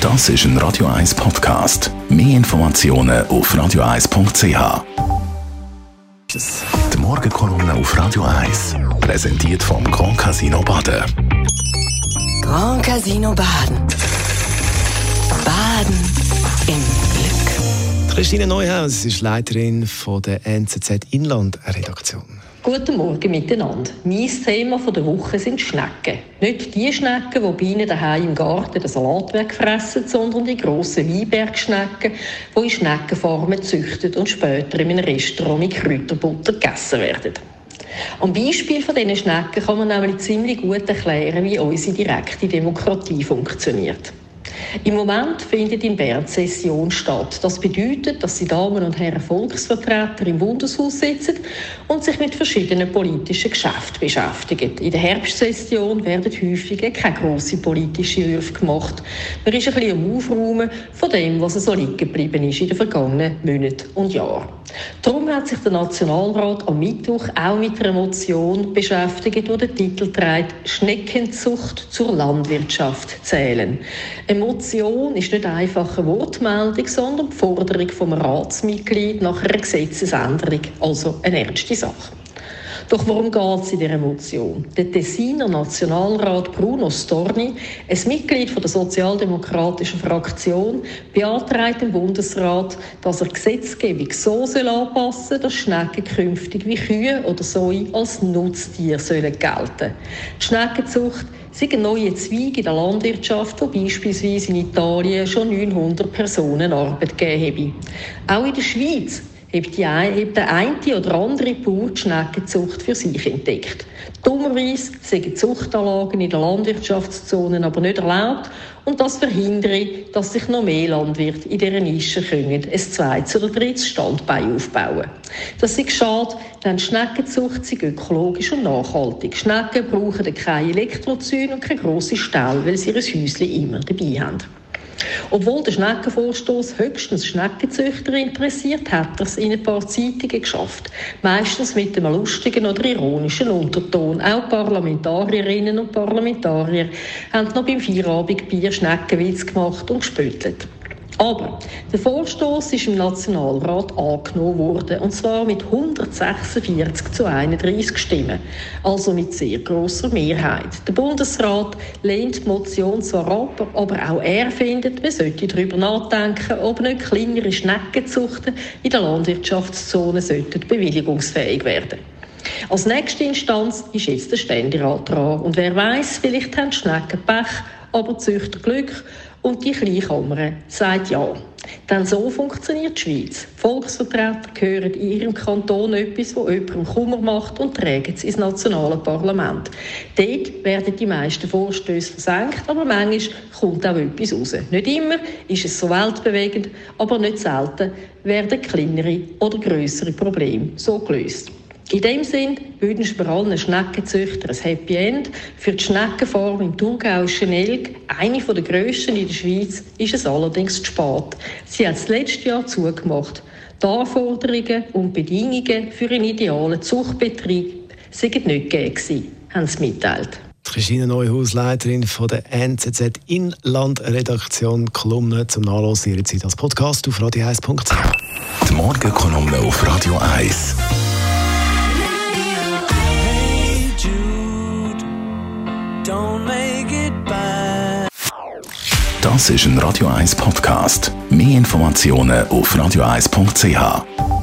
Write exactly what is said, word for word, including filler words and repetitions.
Das ist ein Radio eins Podcast. Mehr Informationen auf radio eins punkt c h. Die Morgenkolumne auf Radio eins. Präsentiert vom Grand Casino Baden. Grand Casino Baden. Baden im Glück. Christine Neuhaus ist Leiterin von der N Z Z Inland-Redaktion. Guten Morgen miteinander. Mein Thema der Woche sind Schnecken. Nicht die Schnecken, die bei Ihnen daheim im Garten den Salat wegfressen, sondern die grossen Weinbergschnecken, die in Schneckenfarmen gezüchtet und später in einem Restaurant mit Kräuterbutter gegessen werden. Am Beispiel von diesen Schnecken kann man nämlich ziemlich gut erklären, wie unsere direkte Demokratie funktioniert. Im Moment findet in Bern die Session statt. Das bedeutet, dass die Damen und Herren Volksvertreter im Bundeshaus sitzen und sich mit verschiedenen politischen Geschäften beschäftigen. In der Herbstsession werden häufig keine grossen politischen Würfe gemacht. Man ist ein bisschen am Aufräumen von dem, was so liegen geblieben ist in den vergangenen Monaten und Jahren. Darum hat sich der Nationalrat am Mittwoch auch mit einer Motion beschäftigt, die den Titel trägt «Schneckenzucht zur Landwirtschaft zählen». Eine Motion ist nicht einfach eine Wortmeldung, sondern die Forderung vom Ratsmitglied nach einer Gesetzesänderung, also eine ernste Sache. Doch worum geht es in dieser Motion? Der Tessiner Nationalrat Bruno Storni, ein Mitglied der sozialdemokratischen Fraktion, beantragt dem Bundesrat, dass er die Gesetzgebung so anpassen soll, dass Schnecken künftig wie Kühe oder Säue als Nutztiere gelten sollen. Die Schneckenzucht ist ein neuer Zweig in der Landwirtschaft, der beispielsweise in Italien schon neunhundert Personen Arbeit gegeben hat. Auch in der Schweiz hat der eine oder andere Bauer die Schneckenzucht für sich entdeckt. Dummerweise sind Zuchtanlagen in den Landwirtschaftszonen aber nicht erlaubt und das verhindert, dass sich noch mehr Landwirte in dieser Nische können, ein zweites oder drittes Standbein aufbauen. Das ist schade, denn die Schneckenzucht ist ökologisch und nachhaltig. Schnecken brauchen keine Elektrozäune und keine grossen Ställe, weil sie ihr Häuschen immer dabei haben. Obwohl der Schneckenvorstoss höchstens Schneckenzüchter interessiert, hat er es in ein paar Zeitungen geschafft. Meistens mit einem lustigen oder ironischen Unterton. Auch Parlamentarierinnen und Parlamentarier haben noch beim Feierabendbier Schneckenwitz gemacht und gespöttelt. Aber der Vorstoss ist im Nationalrat angenommen worden, und zwar mit hundertsechsundvierzig zu einunddreißig Stimmen, also mit sehr grosser Mehrheit. Der Bundesrat lehnt die Motion zwar ab, aber auch er findet, man sollte darüber nachdenken, ob nicht kleinere Schneckenzuchten in der Landwirtschaftszone sollten bewilligungsfähig werden. Als nächste Instanz ist jetzt der Ständerat dran. Und wer weiss, vielleicht haben die Schnecken Pech, aber die Züchter Glück und die Kleinkammer sagt ja. Denn so funktioniert die Schweiz. Die Volksvertreter hören in ihrem Kanton etwas, das jemandem Kummer macht und tragen es ins nationale Parlament. Dort werden die meisten Vorstöße versenkt, aber manchmal kommt auch etwas raus. Nicht immer ist es so weltbewegend, aber nicht selten werden kleinere oder grössere Probleme so gelöst. In dem Sinn wünschen wir allen Schneckenzüchtern ein Happy End. Für die Schneckenfarm im thurgauischen Elg, eine der grössten in der Schweiz, ist es allerdings zu spät. Sie hat das letzte Jahr zugemacht. Die Anforderungen und Bedingungen für einen idealen Zuchtbetrieb seien nicht gegeben, haben sie mitteilt. Christine Neuhaus, Leiterin von der N Z Z Inland-Redaktion, Kolumne zum Nachlesen jederzeit als Podcast auf radio eins punkt c h. Die Morgenkolumne auf Radio eins. Das ist ein Radio eins Podcast. Mehr Informationen auf radio eins punkt c h.